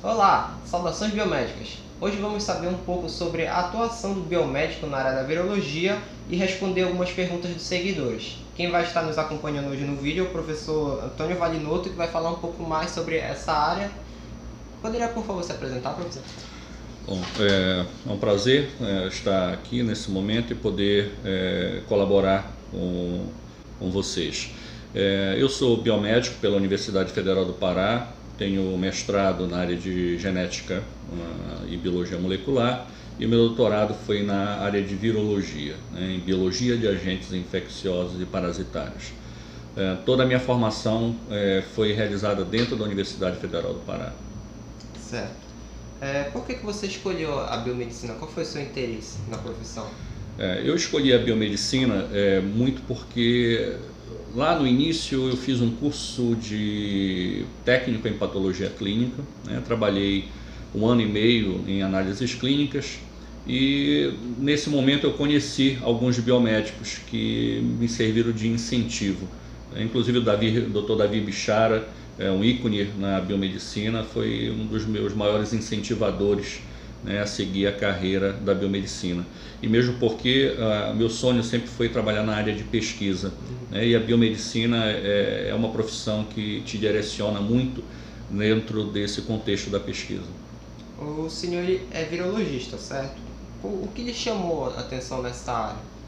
Olá, saudações biomédicas! Hoje vamos saber um pouco sobre a atuação do biomédico na área da virologia e responder algumas perguntas dos seguidores. Quem vai estar nos acompanhando hoje no vídeo é o professor Antônio Valinotto, que vai falar um pouco mais sobre essa área. Poderia, por favor, se apresentar, professor? Bom, é um prazer estar aqui nesse momento e poder colaborar com vocês. Eu sou biomédico pela Universidade Federal do Pará, tenho mestrado na área de genética e biologia molecular e o meu doutorado foi na área de virologia, em biologia de agentes infecciosos e parasitários. Toda a minha formação foi realizada dentro da Universidade Federal do Pará. Certo. Por que você escolheu a biomedicina? Qual foi o seu interesse na profissão? Eu escolhi a biomedicina muito porque lá no início eu fiz um curso de técnico em patologia clínica, trabalhei 1 ano e meio em análises clínicas e nesse momento eu conheci alguns biomédicos que me serviram de incentivo. Inclusive o Dr. Davi Bichara, um ícone na biomedicina, foi um dos meus maiores incentivadores a seguir a carreira da biomedicina. E mesmo porque meu sonho sempre foi trabalhar na área de pesquisa, e a biomedicina é uma profissão que te direciona muito dentro desse contexto da pesquisa. O senhor é virologista, certo? O que lhe chamou a atenção nessa área?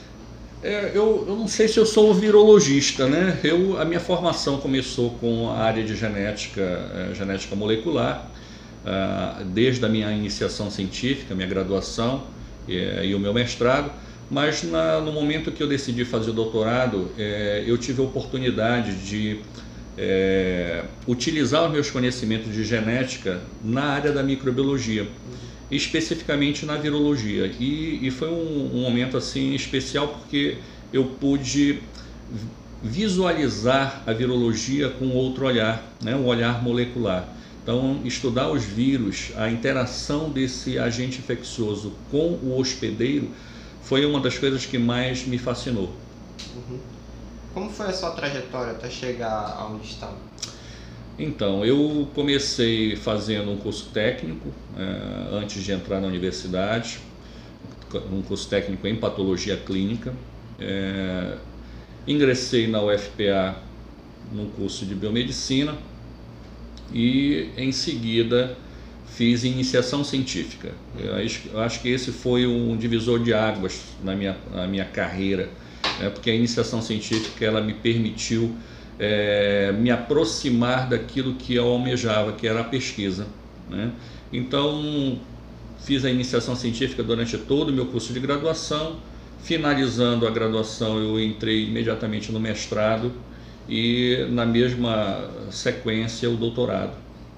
Eu não sei se eu sou virologista, né? A minha formação começou com a área de genética molecular, desde a minha iniciação científica, minha graduação e o meu mestrado, mas no momento que eu decidi fazer o doutorado, eu tive a oportunidade de utilizar os meus conhecimentos de genética na área da microbiologia, especificamente na virologia, e foi um momento assim especial porque eu pude visualizar a virologia com outro olhar, um olhar molecular. Então, estudar os vírus, a interação desse agente infeccioso com o hospedeiro foi uma das coisas que mais me fascinou. Como foi a sua trajetória até chegar aonde está? Então, eu comecei fazendo um curso técnico antes de entrar na universidade, um curso técnico em patologia clínica. Ingressei na UFPA no curso de biomedicina e em seguida fiz iniciação científica. Eu acho que esse foi um divisor de águas na minha carreira, porque a iniciação científica ela me permitiu me aproximar daquilo que eu almejava, que era a pesquisa, Então fiz a iniciação científica durante todo o meu curso de graduação. Finalizando a graduação, eu entrei imediatamente no mestrado e na mesma sequência o doutorado.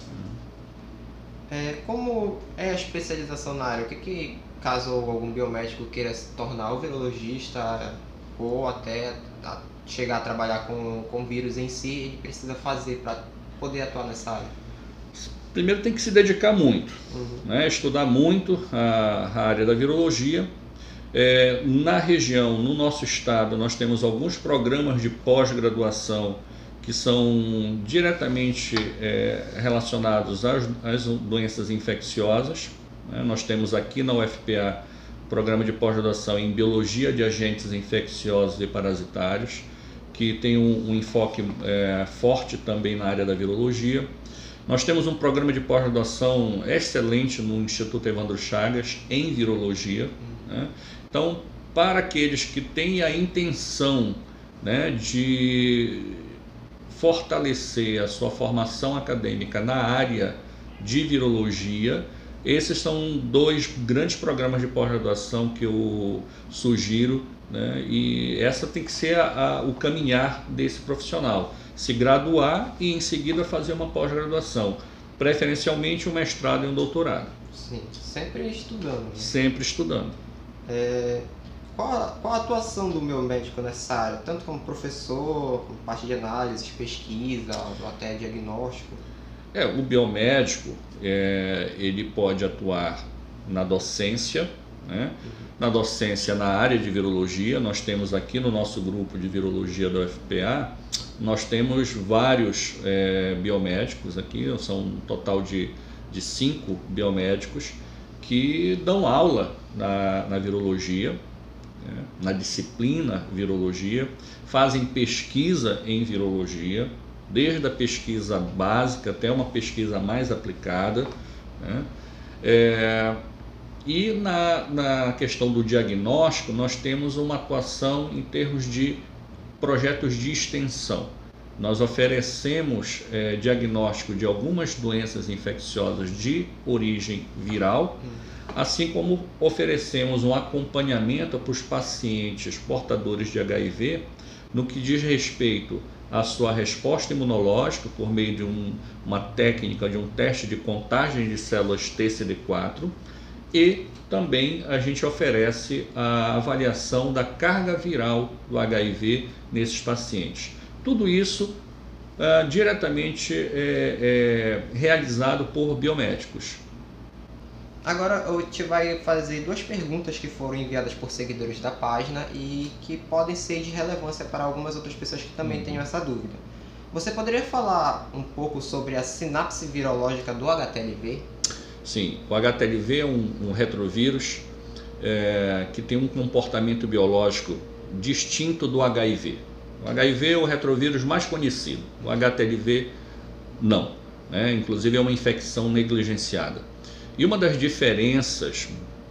Como é a especialização na área? O que caso algum biomédico queira se tornar o virologista ou até chegar a trabalhar com vírus em si, ele precisa fazer para poder atuar nessa área? Primeiro tem que se dedicar muito, estudar muito a área da virologia. Na região, no nosso estado, nós temos alguns programas de pós-graduação que são diretamente relacionados às doenças infecciosas. Nós temos aqui na UFPA o programa de pós-graduação em biologia de agentes infecciosos e parasitários, que tem um enfoque forte também na área da virologia. Nós temos um programa de pós-graduação excelente no Instituto Evandro Chagas em virologia. Então, para aqueles que têm a intenção de fortalecer a sua formação acadêmica na área de virologia, esses são 2 grandes programas de pós-graduação que eu sugiro, e essa tem que ser o caminhar desse profissional, se graduar e em seguida fazer uma pós-graduação, preferencialmente um mestrado e um doutorado. Sim, sempre estudando. Sempre estudando. Qual a atuação do biomédico nessa área, tanto como professor, como parte de análise, pesquisa, ou até diagnóstico? O biomédico, ele pode atuar na docência, na docência na área de virologia. Nós temos aqui no nosso grupo de virologia da UFPA, nós temos vários biomédicos aqui, são um total de de 5 biomédicos que dão aula na virologia, né, na disciplina virologia, fazem pesquisa em virologia, desde a pesquisa básica até uma pesquisa mais aplicada, né? E na questão do diagnóstico, nós temos uma atuação em termos de projetos de extensão. Nós oferecemos diagnóstico de algumas doenças infecciosas de origem viral, assim como oferecemos um acompanhamento para os pacientes portadores de HIV no que diz respeito à sua resposta imunológica por meio de uma técnica de um teste de contagem de células TCD4, e também a gente oferece a avaliação da carga viral do HIV nesses pacientes. Tudo isso diretamente realizado por biomédicos. Agora eu te vai fazer 2 perguntas que foram enviadas por seguidores da página e que podem ser de relevância para algumas outras pessoas que também tenham essa dúvida. Você poderia falar um pouco sobre a sinapse virológica do HTLV? Sim, o HTLV é um retrovírus que tem um comportamento biológico distinto do HIV. O HIV é o retrovírus mais conhecido, o HTLV não, né? Inclusive é uma infecção negligenciada. E uma das diferenças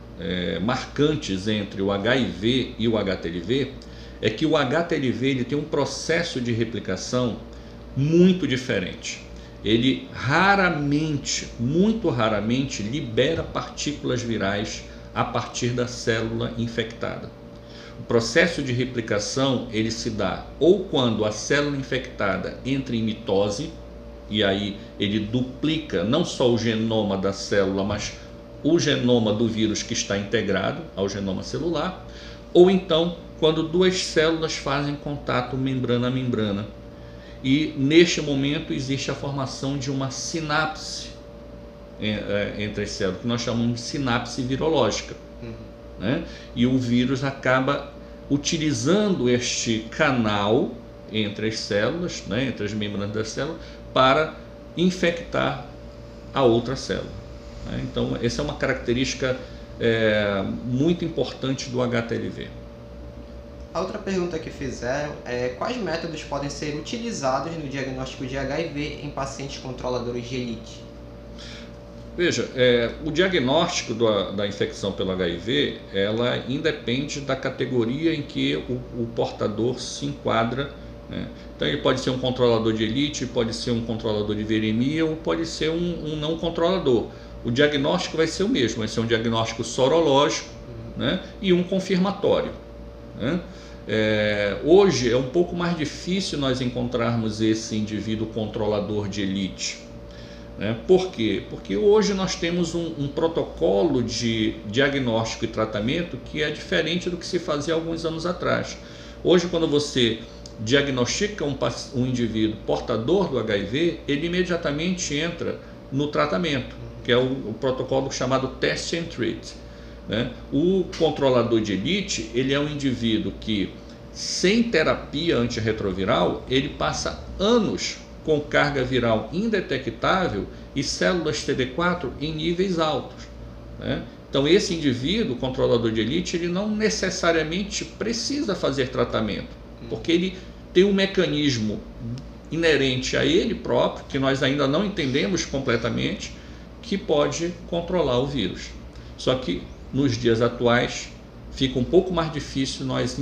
marcantes entre o HIV e o HTLV é que o HTLV ele tem um processo de replicação muito diferente. Ele raramente, muito raramente, libera partículas virais a partir da célula infectada. O processo de replicação ele se dá ou quando a célula infectada entra em mitose, e aí ele duplica não só o genoma da célula, mas o genoma do vírus que está integrado ao genoma celular, ou então quando 2 células fazem contato membrana a membrana. E neste momento existe a formação de uma sinapse entre as células, que nós chamamos de sinapse virológica. Né? E o vírus acaba utilizando este canal entre as células, né, entre as membranas da célula, para infectar a outra célula. Né? Então, essa é uma característica muito importante do HTLV. A outra pergunta que fizeram é quais métodos podem ser utilizados no diagnóstico de HIV em pacientes controladores de elite? Veja, o diagnóstico da infecção pelo HIV, ela independe da categoria em que o portador se enquadra, né? Então ele pode ser um controlador de elite, pode ser um controlador de viremia ou pode ser um não controlador. O diagnóstico vai ser o mesmo, vai ser um diagnóstico sorológico, né? E um confirmatório, né? Hoje é um pouco mais difícil nós encontrarmos esse indivíduo controlador de elite. Por quê? Porque hoje nós temos um protocolo de diagnóstico e tratamento que é diferente do que se fazia alguns anos atrás. Hoje, quando você diagnostica um indivíduo portador do HIV, ele imediatamente entra no tratamento, que é o protocolo chamado Test and Treat. O controlador de elite, ele é um indivíduo que, sem terapia antirretroviral, ele passa anos com carga viral indetectável e células CD4 em níveis altos. Então esse indivíduo, controlador de elite, ele não necessariamente precisa fazer tratamento, porque ele tem um mecanismo inerente a ele próprio, que nós ainda não entendemos completamente, que pode controlar o vírus. Só que nos dias atuais fica um pouco mais difícil nós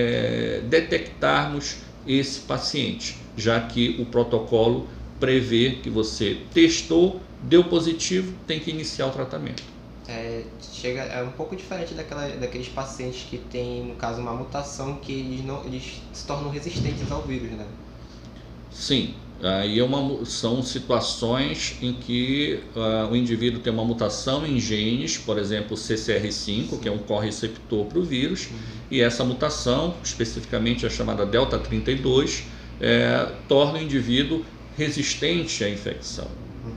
detectarmos esse paciente, já que o protocolo prevê que você testou, deu positivo, tem que iniciar o tratamento. É um pouco diferente daqueles pacientes que têm, no caso, uma mutação que eles se tornam resistentes ao vírus, né? Sim, aí são situações em que o indivíduo tem uma mutação em genes, por exemplo, CCR5, que é um correceptor para o vírus, e essa mutação, especificamente a chamada delta 32, torna o indivíduo resistente à infecção.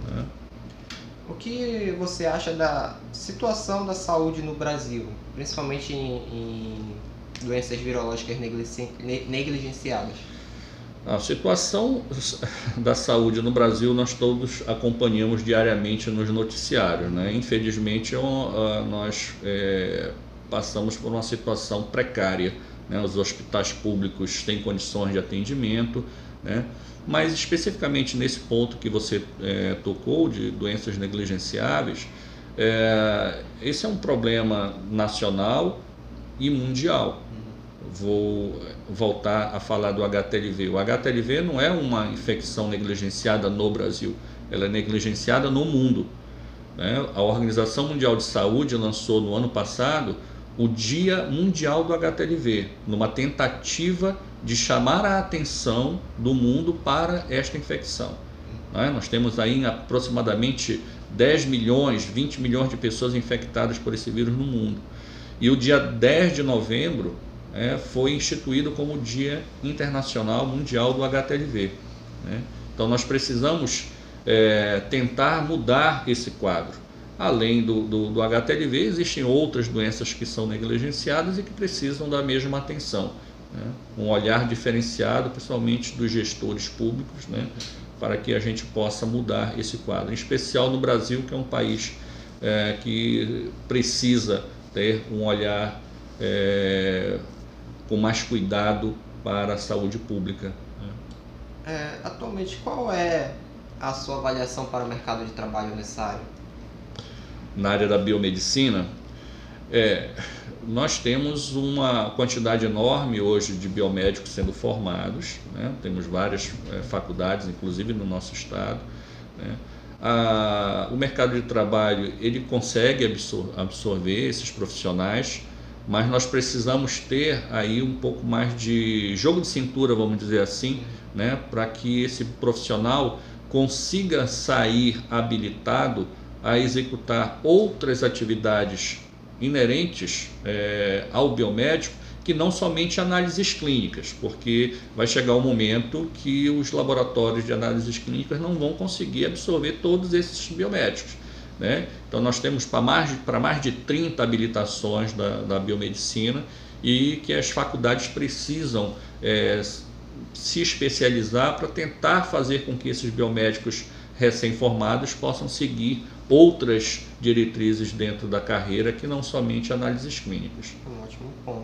O que você acha da situação da saúde no Brasil, principalmente em doenças virológicas negligenciadas? A situação da saúde no Brasil nós todos acompanhamos diariamente nos noticiários, né? Infelizmente nós passamos por uma situação precária, né? Os hospitais públicos têm condições de atendimento, né? Mas especificamente nesse ponto que você tocou, de doenças negligenciáveis, esse é um problema nacional e mundial. Vou voltar a falar do HTLV. O HTLV não é uma infecção negligenciada no Brasil, ela é negligenciada no mundo, né? A Organização Mundial de Saúde lançou no ano passado o Dia Mundial do HTLV, numa tentativa de chamar a atenção do mundo para esta infecção, né? Nós temos aí aproximadamente 10 milhões, 20 milhões de pessoas infectadas por esse vírus no mundo. E o dia 10 de novembro foi instituído como o Dia Internacional Mundial do HTLV, né? Então nós precisamos tentar mudar esse quadro. Além do HTLV, existem outras doenças que são negligenciadas e que precisam da mesma atenção, né? Um olhar diferenciado, principalmente dos gestores públicos, né? Para que a gente possa mudar esse quadro, em especial no Brasil, que é um país que precisa ter um olhar com mais cuidado para a saúde pública. Atualmente, qual é a sua avaliação para o mercado de trabalho nessa área? Na área da biomedicina, nós temos uma quantidade enorme hoje de biomédicos sendo formados, né? Temos várias faculdades, inclusive no nosso estado, né? O mercado de trabalho ele consegue absorver esses profissionais, mas nós precisamos ter aí um pouco mais de jogo de cintura, vamos dizer assim, né? Para que esse profissional consiga sair habilitado a executar outras atividades inerentes ao biomédico, que não somente análises clínicas, porque vai chegar um momento que os laboratórios de análises clínicas não vão conseguir absorver todos esses biomédicos, né? Então nós temos para mais de 30 habilitações da biomedicina e que as faculdades precisam se especializar para tentar fazer com que esses biomédicos recém-formados possam seguir outras diretrizes dentro da carreira que não somente análises clínicas. Um ótimo ponto.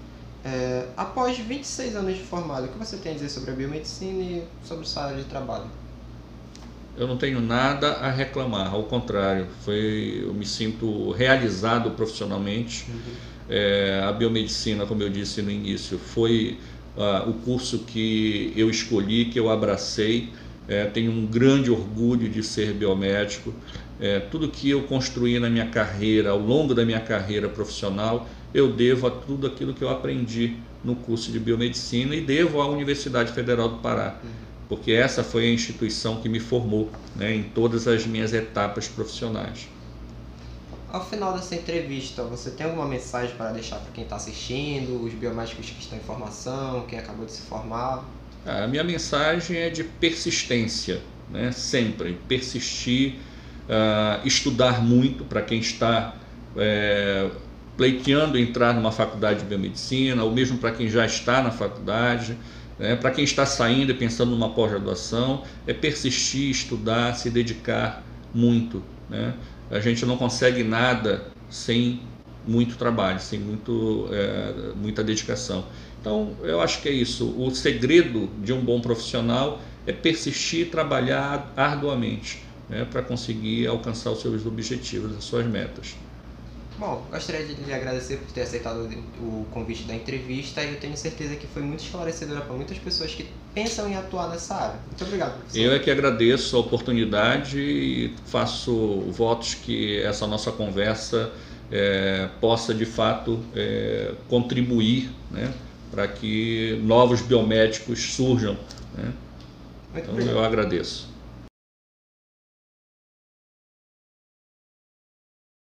Após 26 anos de formado, o que você tem a dizer sobre a biomedicina e sobre sua área de trabalho? Eu não tenho nada a reclamar, ao contrário, eu me sinto realizado profissionalmente. A biomedicina, como eu disse no início, foi o curso que eu escolhi, que eu abracei. Tenho um grande orgulho de ser biomédico. Tudo que eu construí na minha carreira, ao longo da minha carreira profissional, eu devo a tudo aquilo que eu aprendi no curso de biomedicina e devo à Universidade Federal do Pará, porque essa foi a instituição que me formou, né, em todas as minhas etapas profissionais. Ao final dessa entrevista, você tem alguma mensagem para deixar para quem está assistindo, os biomédicos que estão em formação, quem acabou de se formar? A minha mensagem é de persistência, né? Sempre persistir, estudar muito para quem está pleiteando entrar numa faculdade de biomedicina, ou mesmo para quem já está na faculdade, né? Para quem está saindo e pensando numa pós-graduação, persistir, estudar, se dedicar muito, né? A gente não consegue nada sem muito trabalho, sem muita dedicação. Então, eu acho que é isso. O segredo de um bom profissional é persistir e trabalhar arduamente, né, para conseguir alcançar os seus objetivos, as suas metas. Bom, gostaria de lhe agradecer por ter aceitado o convite da entrevista e eu tenho certeza que foi muito esclarecedora para muitas pessoas que pensam em atuar nessa área. Muito obrigado, professor. Eu é que agradeço a oportunidade e faço votos que essa nossa conversa possa, de fato, contribuir, né, para que novos biomédicos surjam, né? Então, eu agradeço.